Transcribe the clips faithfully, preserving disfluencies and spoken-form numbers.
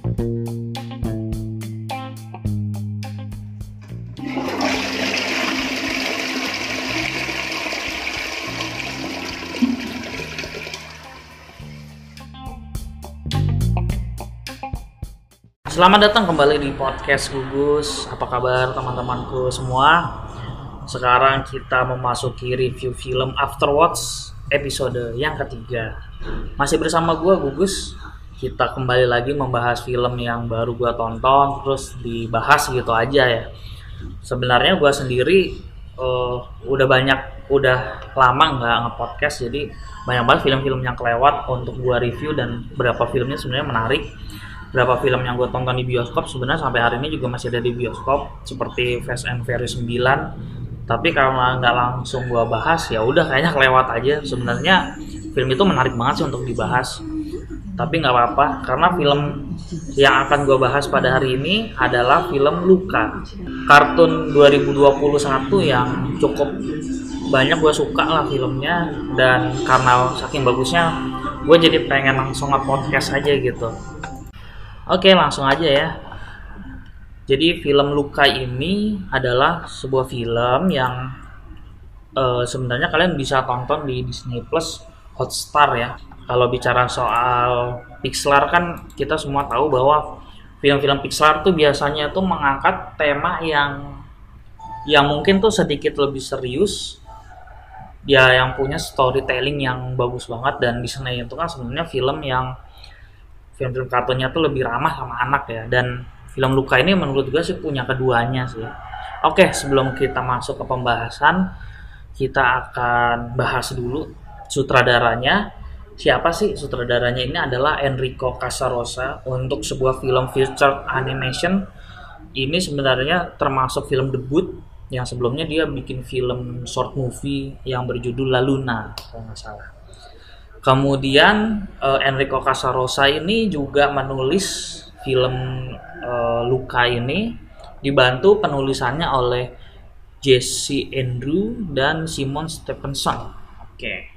Selamat datang kembali di podcast Gugus. Apa kabar teman-temanku semua? Sekarang kita memasuki review film Afterwatch episode yang ketiga. Masih bersama gue Gugus. Kita kembali lagi membahas film yang baru gue tonton, terus dibahas gitu aja ya. Sebenarnya gue sendiri uh, udah banyak, udah lama nggak nge-podcast, jadi banyak banget film-film yang kelewat untuk gue review dan beberapa filmnya sebenarnya menarik. Beberapa film yang gue tonton di bioskop sebenarnya sampai hari ini juga masih ada di bioskop, seperti Fast and Furious sembilan. Tapi karena nggak langsung gue bahas, ya udah kayaknya kelewat aja. Sebenarnya film itu menarik banget sih untuk dibahas, tapi nggak apa-apa karena film yang akan gue bahas pada hari ini adalah film Luka, kartun dua ribu dua puluh satu yang cukup banyak gue suka lah filmnya, dan karena saking bagusnya gue jadi pengen langsung nge-podcast aja gitu. Oke, langsung aja ya. Jadi film Luka ini adalah sebuah film yang uh, sebenarnya kalian bisa tonton di Disney Plus Hotstar ya. Kalau bicara soal Pixar kan kita semua tahu bahwa film-film Pixar tuh biasanya tuh mengangkat tema yang yang mungkin tuh sedikit lebih serius. Ya, yang punya storytelling yang bagus banget, dan Disney itu kan sebenarnya film yang film-film kartunnya tuh lebih ramah sama anak ya, dan film Luka ini menurut gue sih punya keduanya sih. Oke, sebelum kita masuk ke pembahasan, kita akan bahas dulu sutradaranya. Siapa sih sutradaranya? Ini adalah Enrico Casarosa untuk sebuah film feature animation. Ini sebenarnya termasuk film debut, yang sebelumnya dia bikin film short movie yang berjudul La Luna kalau nggak salah. Kemudian uh, Enrico Casarosa ini juga menulis film uh, Luka ini, dibantu penulisannya oleh Jesse Andrew dan Simon Stephenson. Oke.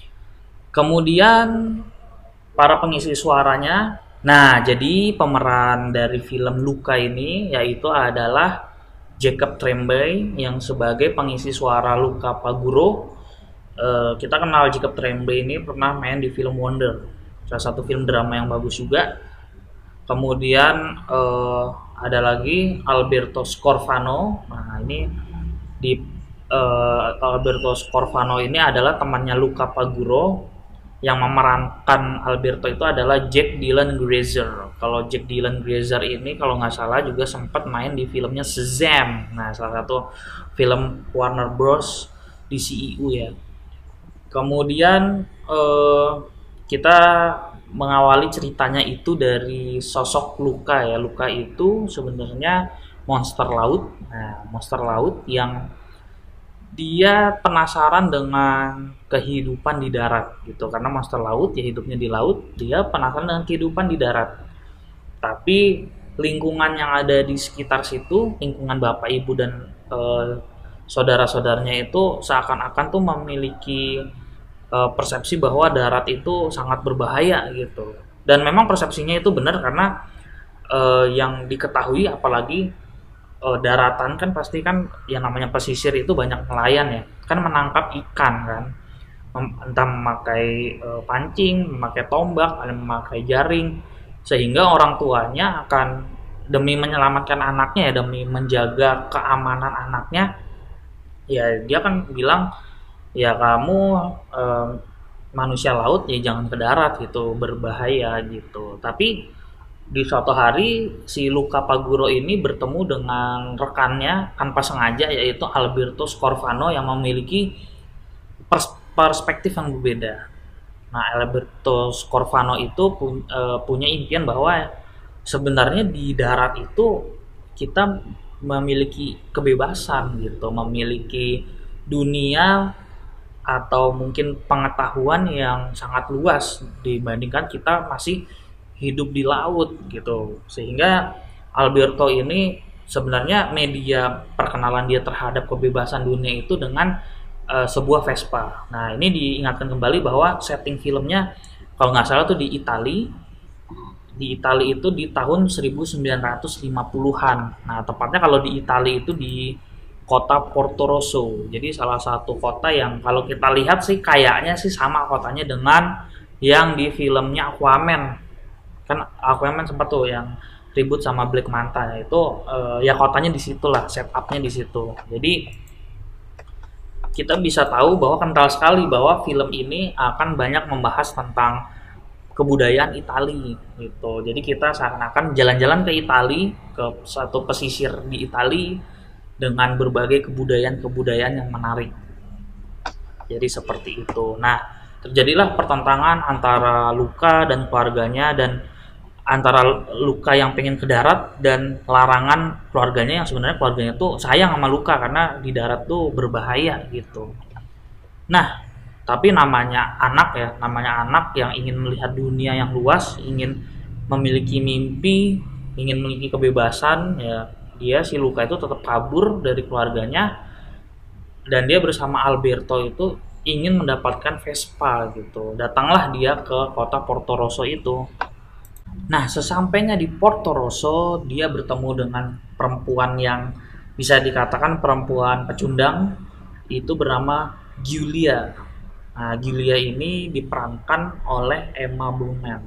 Kemudian para pengisi suaranya. Nah, jadi pemeran dari film Luka ini yaitu adalah Jacob Tremblay yang sebagai pengisi suara Luka Paguro. Uh, kita kenal Jacob Tremblay ini pernah main di film Wonder, salah satu film drama yang bagus juga. Kemudian uh, ada lagi Alberto Scorfano. Nah, ini di uh, Alberto Scorfano ini adalah temannya Luka Paguro. Yang memerankan Alberto itu adalah Jack Dylan Grazer. Kalau Jack Dylan Grazer ini kalau nggak salah juga sempat main di filmnya Shazam. Nah, salah satu film Warner Bros D C E U ya. Kemudian eh, kita mengawali ceritanya itu dari sosok Luka ya. Luka itu sebenarnya monster laut. Nah, monster laut yang dia penasaran dengan kehidupan di darat gitu. Karena monster laut ya hidupnya di laut, dia penasaran dengan kehidupan di darat. Tapi lingkungan yang ada di sekitar situ, lingkungan bapak ibu dan eh, saudara-saudaranya itu seakan-akan tuh memiliki uh, persepsi bahwa darat itu sangat berbahaya gitu. Dan memang persepsinya itu benar karena uh, yang diketahui apalagi uh, daratan kan pasti kan yang namanya pesisir itu banyak nelayan ya. Kan menangkap ikan kan. Entah memakai uh, pancing, memakai tombak, ada memakai jaring, sehingga orang tuanya akan demi menyelamatkan anaknya ya, demi menjaga keamanan anaknya, ya dia kan bilang ya kamu eh, manusia laut ya jangan ke darat gitu, berbahaya gitu. Tapi di suatu hari si Luka Paguro ini bertemu dengan rekannya tanpa sengaja, yaitu Alberto Scorfano yang memiliki pers- perspektif yang berbeda. Nah, Alberto Scorfano itu pu- eh, punya impian bahwa sebenarnya di darat itu kita memiliki kebebasan gitu, memiliki dunia atau mungkin pengetahuan yang sangat luas dibandingkan kita masih hidup di laut gitu. Sehingga Alberto ini sebenarnya media perkenalan dia terhadap kebebasan dunia itu dengan uh, sebuah Vespa. Nah, ini diingatkan kembali bahwa setting filmnya kalau nggak salah tuh di Italia, di Italia itu di tahun seribu sembilan ratus lima puluhan. Nah, tepatnya kalau di Italia itu di kota Portorosso. Jadi salah satu kota yang kalau kita lihat sih kayaknya sih sama kotanya dengan yang di filmnya Aquaman. Kan Aquaman sempat tuh yang ribut sama Black Manta, itu eh, ya kotanya di situ lah, setupnya di situ. Jadi kita bisa tahu bahwa kental sekali bahwa film ini akan banyak membahas tentang kebudayaan Italia gitu. Jadi kita seakan-akan jalan-jalan ke Italia, ke satu pesisir di Italia dengan berbagai kebudayaan-kebudayaan yang menarik. Jadi seperti itu. Nah, terjadilah pertentangan antara Luca dan keluarganya, dan antara Luca yang pengen ke darat dan larangan keluarganya yang sebenarnya keluarganya tuh sayang sama Luca karena di darat tuh berbahaya gitu. Nah, tapi namanya anak ya, namanya anak yang ingin melihat dunia yang luas, ingin memiliki mimpi, ingin memiliki kebebasan, ya dia si Luca itu tetap kabur dari keluarganya, dan dia bersama Alberto itu ingin mendapatkan Vespa gitu. Datanglah dia ke kota Portorosso itu. Nah, sesampainya di Portorosso, dia bertemu dengan perempuan yang bisa dikatakan perempuan pecundang, itu bernama Giulia. Nah, Giulia ini diperankan oleh Emma Bungan.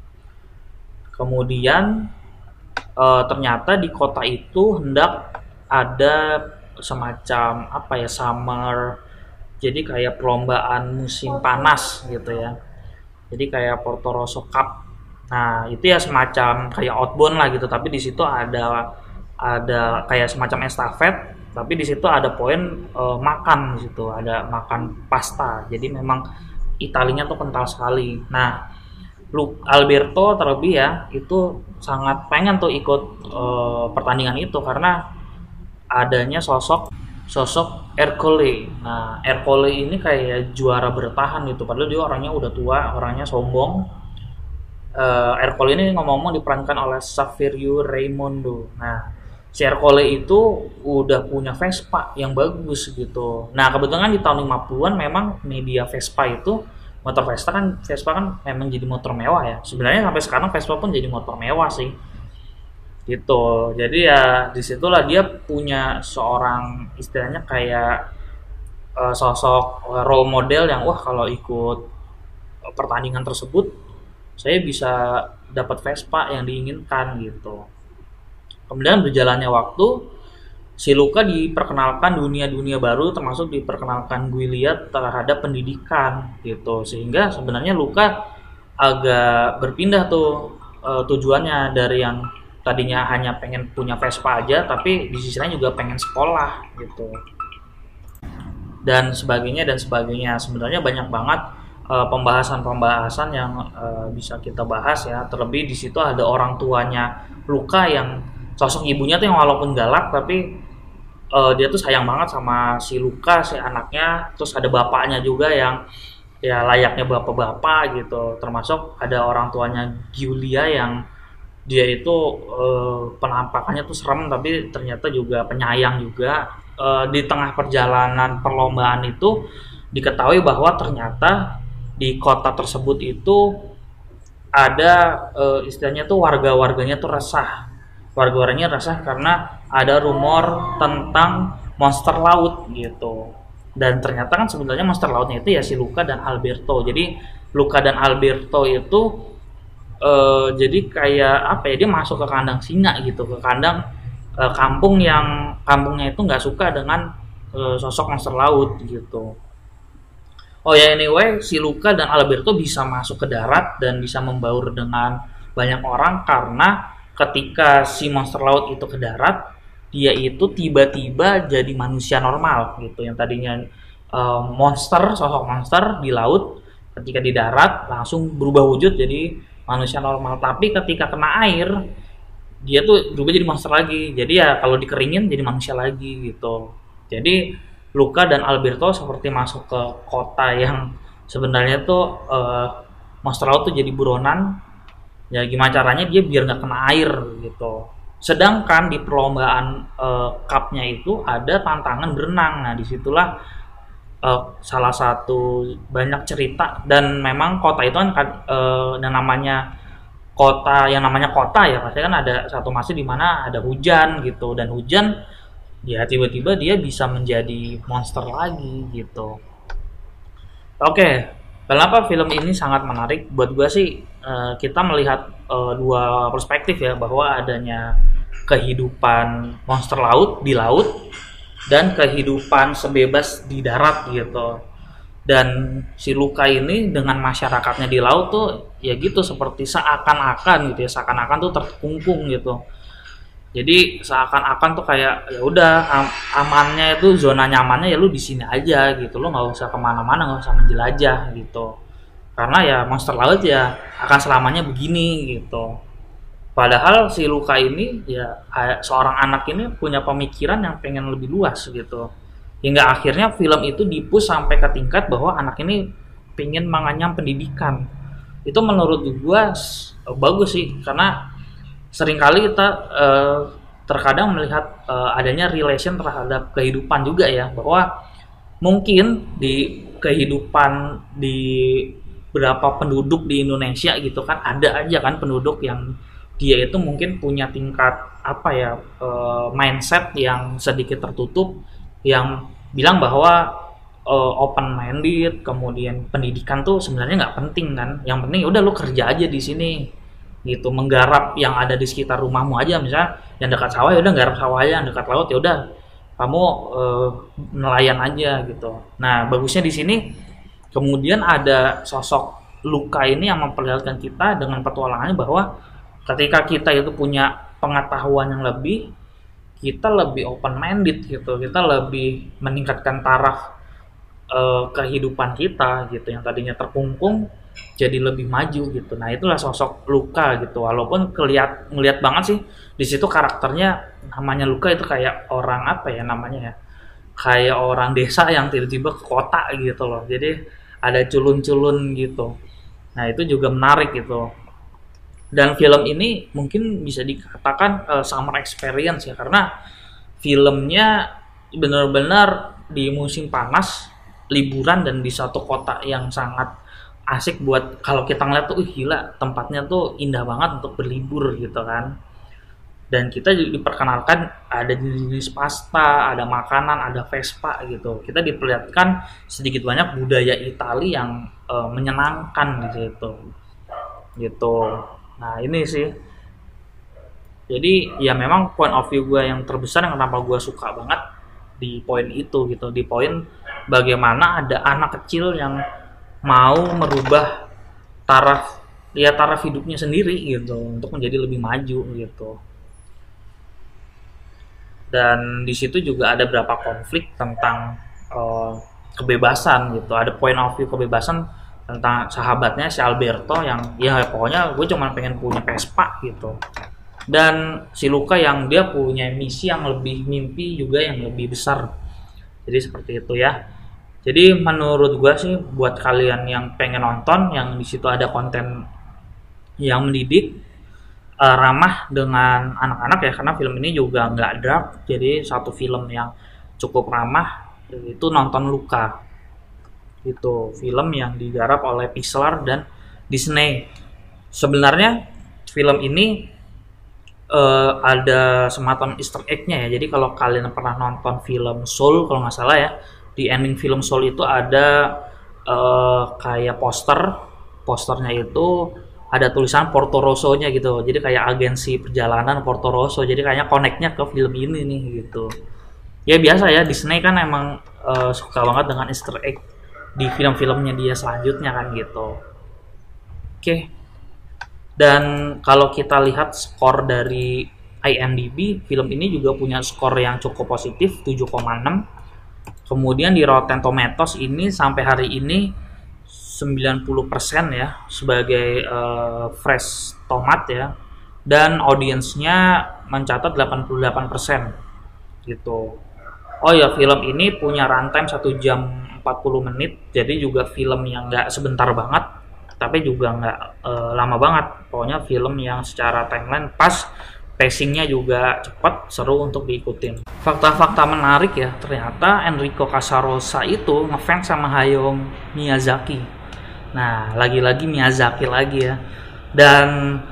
Kemudian e, ternyata di kota itu hendak ada semacam apa ya, summer, jadi kayak perlombaan musim panas gitu ya. Jadi kayak Portorosso Cup. Nah, itu ya semacam kayak outbound lah gitu, tapi di situ ada ada kayak semacam estafet, tapi di situ ada poin e, makan di situ, ada makan pasta. Jadi memang Italinya tuh kental sekali. Nah, Lu Alberto terlebih ya itu sangat pengen tuh ikut e, pertandingan itu karena adanya sosok sosok Ercole. Nah, Ercole ini kayak juara bertahan gitu, padahal dia orangnya udah tua, orangnya sombong. Uh, Ercole ini ngomong-ngomong diperankan oleh Saverio Raimondo. Nah, si Ercole itu udah punya Vespa yang bagus gitu. Nah, kebetulan di tahun lima puluhan memang media Vespa itu, motor Vespa kan Vespa kan memang jadi motor mewah ya. Sebenarnya sampai sekarang Vespa pun jadi motor mewah sih. Gitu. Jadi ya disitulah dia punya seorang istilahnya kayak uh, sosok uh, role model yang wah kalau ikut uh, pertandingan tersebut saya bisa dapat Vespa yang diinginkan gitu. Kemudian berjalannya waktu, si Luca diperkenalkan dunia-dunia baru, termasuk diperkenalkan Giulia terhadap pendidikan gitu. Sehingga sebenarnya Luca agak berpindah tuh e, tujuannya dari yang tadinya hanya pengen punya Vespa aja, tapi di sisi lain juga pengen sekolah gitu. Dan sebagainya dan sebagainya. Sebenarnya banyak banget pembahasan-pembahasan yang uh, bisa kita bahas ya. Terlebih di situ ada orang tuanya Luca yang sosok ibunya tuh yang walaupun galak tapi uh, dia tuh sayang banget sama si Luca, si anaknya. Terus ada bapaknya juga yang ya layaknya bapak-bapak gitu. Termasuk ada orang tuanya Giulia yang dia itu uh, penampakannya tuh serem tapi ternyata juga penyayang juga. Uh, di tengah perjalanan perlombaan itu diketahui bahwa ternyata di kota tersebut itu ada e, istilahnya tuh warga-warganya tuh resah. Warga-warganya resah karena ada rumor tentang monster laut gitu. Dan ternyata kan sebenarnya monster lautnya itu ya si Luca dan Alberto. Jadi Luca dan Alberto itu e, jadi kayak apa ya, dia masuk ke kandang singa gitu, ke kandang e, kampung yang kampungnya itu nggak suka dengan e, sosok monster laut gitu. Oh ya, anyway, si Luca dan Alberto bisa masuk ke darat dan bisa membaur dengan banyak orang karena ketika si monster laut itu ke darat, dia itu tiba-tiba jadi manusia normal gitu. Yang tadinya uh, monster, sosok monster di laut, ketika di darat langsung berubah wujud jadi manusia normal. Tapi ketika kena air, dia tuh berubah jadi monster lagi. Jadi ya kalau dikeringin jadi manusia lagi gitu. Jadi Luca dan Alberto seperti masuk ke kota yang sebenarnya tuh uh, monster laut tuh jadi buronan. Ya gimana caranya dia biar nggak kena air gitu. Sedangkan di perlombaan uh, cup-nya itu ada tantangan berenang. Nah disitulah uh, salah satu banyak cerita, dan memang kota itu kan uh, dan namanya kota yang namanya kota ya pasti kan ada satu masa di mana ada hujan gitu, dan hujan ya tiba-tiba dia bisa menjadi monster lagi gitu. Oke, kenapa film ini sangat menarik buat gue sih? eh, kita melihat eh, dua perspektif ya, bahwa adanya kehidupan monster laut di laut dan kehidupan sebebas di darat gitu. Dan si Luka ini dengan masyarakatnya di laut tuh ya gitu, seperti seakan-akan gitu ya, seakan-akan tuh terkungkung gitu. Jadi seakan-akan tuh kayak ya udah am- amannya itu, zona nyamannya ya lu di sini aja gitu, lu nggak usah kemana-mana, nggak usah menjelajah gitu. Karena ya monster laut ya akan selamanya begini gitu. Padahal si Luka ini ya kayak seorang anak ini punya pemikiran yang pengen lebih luas gitu. Hingga akhirnya film itu dipush sampai ke tingkat bahwa anak ini pengen mengenyam pendidikan. Itu menurut gua s- bagus sih, karena seringkali kita eh, terkadang melihat eh, adanya relation terhadap kehidupan juga ya, bahwa mungkin di kehidupan di berapa penduduk di Indonesia gitu kan, ada aja kan penduduk yang dia itu mungkin punya tingkat apa ya, eh, mindset yang sedikit tertutup, yang bilang bahwa eh, open minded, kemudian pendidikan tuh sebenarnya nggak penting kan, yang penting udah lu kerja aja di sini gitu, menggarap yang ada di sekitar rumahmu aja, misalnya yang dekat sawah ya udah garap sawah aja, yang dekat laut ya udah kamu eh, nelayan aja gitu. Nah bagusnya di sini kemudian ada sosok Luka ini yang memperlihatkan kita dengan petualangannya bahwa ketika kita itu punya pengetahuan yang lebih, kita lebih open minded gitu, kita lebih meningkatkan taraf eh, kehidupan kita gitu, yang tadinya terkungkung jadi lebih maju gitu. Nah itulah sosok Luka gitu, walaupun kelihat ngelihat banget sih di situ karakternya, namanya Luka itu kayak orang apa ya namanya ya, kayak orang desa yang tiba-tiba ke kota gitu loh, jadi ada culun-culun gitu. Nah itu juga menarik gitu. Dan film ini mungkin bisa dikatakan uh, summer experience ya, karena filmnya benar-benar di musim panas, liburan, dan di satu kota yang sangat asik buat kalau kita ngeliat tuh, uh, gila tempatnya tuh indah banget untuk berlibur gitu kan. Dan kita juga diperkenalkan ada jenis pasta, ada makanan, ada Vespa gitu. Kita diperlihatkan sedikit banyak budaya Italia yang uh, menyenangkan di situ gitu. Nah ini sih, jadi ya memang point of view gue yang terbesar yang kenapa gue suka banget di poin itu gitu, di poin bagaimana ada anak kecil yang mau merubah taraf ya taraf hidupnya sendiri gitu untuk menjadi lebih maju gitu. Dan di situ juga ada beberapa konflik tentang eh, kebebasan gitu, ada point of view kebebasan tentang sahabatnya si Alberto yang ya pokoknya gue cuma pengen punya Vespa gitu, dan si Luka yang dia punya misi yang lebih, mimpi juga yang lebih besar. Jadi seperti itu ya. Jadi menurut gue sih buat kalian yang pengen nonton, yang di situ ada konten yang mendidik, eh, ramah dengan anak-anak ya, karena film ini juga nggak dark, jadi satu film yang cukup ramah, itu nonton Luka. Itu film yang digarap oleh Pixar dan Disney. Sebenarnya film ini eh, ada semacam Easter egg-nya ya. Jadi kalau kalian pernah nonton film Soul kalau nggak salah ya, di ending film Soul itu ada eh, kayak poster, posternya itu ada tulisan Porto Rosso-nya gitu. Jadi kayak agensi perjalanan Porto Rosso. Jadi kayaknya connect-nya ke film ini nih gitu. Ya biasa ya, Disney kan emang eh, suka banget dengan Easter egg di film-filmnya dia selanjutnya kan gitu. Oke. Dan kalau kita lihat skor dari I M D B, film ini juga punya skor yang cukup positif, tujuh koma enam. Kemudian di Rotten Tomatoes ini sampai hari ini sembilan puluh persen ya sebagai uh, fresh tomat ya. Dan audiensnya mencatat delapan puluh delapan persen gitu. Oh ya, film ini punya runtime satu jam empat puluh menit, jadi juga film yang nggak sebentar banget, tapi juga nggak e, lama banget. Pokoknya film yang secara timeline pas, pacingnya juga cepat, seru untuk diikutin. Fakta-fakta menarik ya, ternyata Enrico Casarosa itu ngefans sama Hayao Miyazaki. Nah, lagi-lagi Miyazaki lagi ya. Dan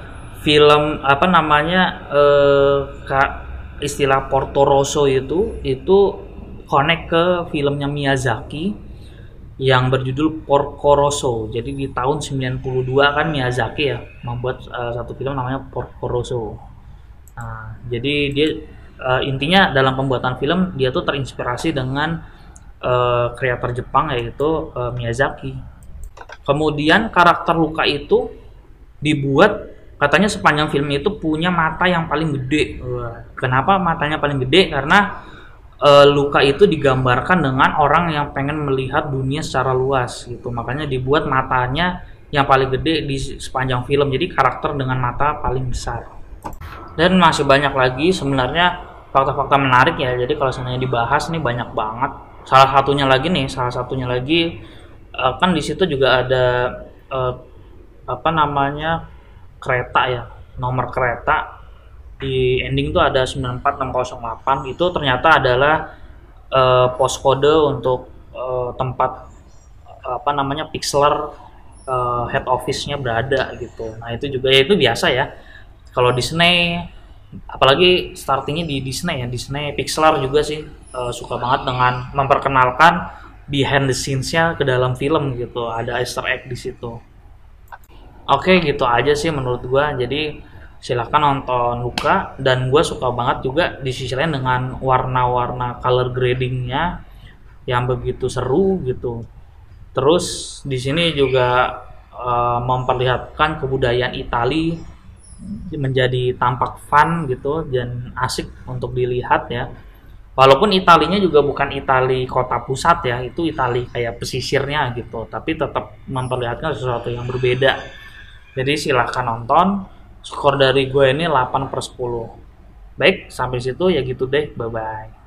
film apa namanya eh, Kak, istilah Porto Rosso itu itu connect ke filmnya Miyazaki yang berjudul Porco Rosso. Jadi di tahun sembilan puluh dua kan Miyazaki ya membuat uh, satu film namanya Porco Rosso. Nah, jadi dia uh, intinya dalam pembuatan film dia tuh terinspirasi dengan uh, kreator Jepang yaitu uh, Miyazaki. Kemudian karakter Luka itu dibuat katanya sepanjang film itu punya mata yang paling gede. Kenapa matanya paling gede? Karena uh, Luka itu digambarkan dengan orang yang pengen melihat dunia secara luas gitu. Makanya dibuat matanya yang paling gede di sepanjang film. Jadi karakter dengan mata paling besar. Dan masih banyak lagi sebenarnya fakta-fakta menarik ya. Jadi kalau sebenarnya dibahas nih banyak banget. Salah satunya lagi nih, salah satunya lagi uh, kan di situ juga ada uh, apa namanya kereta ya, nomor kereta di ending tuh ada sembilan empat enam nol delapan. Itu ternyata adalah uh, pos kode untuk uh, tempat uh, apa namanya Pixar uh, head office-nya berada gitu. Nah itu juga ya itu biasa ya kalau Disney, apalagi startingnya di Disney ya, Disney Pixar juga sih uh, suka banget dengan memperkenalkan behind the scenes-nya ke dalam film gitu, ada Easter egg di situ. Oke, gitu aja sih menurut gua. Jadi silahkan nonton Luka, dan gua suka banget juga di sisi lain dengan warna-warna color gradingnya yang begitu seru gitu. Terus di sini juga uh, memperlihatkan kebudayaan Itali menjadi tampak fun gitu dan asik untuk dilihat ya. Walaupun Italinya juga bukan Itali kota pusat ya, itu Itali kayak pesisirnya gitu, tapi tetap memperlihatkan sesuatu yang berbeda. Jadi silahkan nonton. Skor dari gue ini delapan per sepuluh. Baik, sampai situ ya gitu deh. Bye-bye.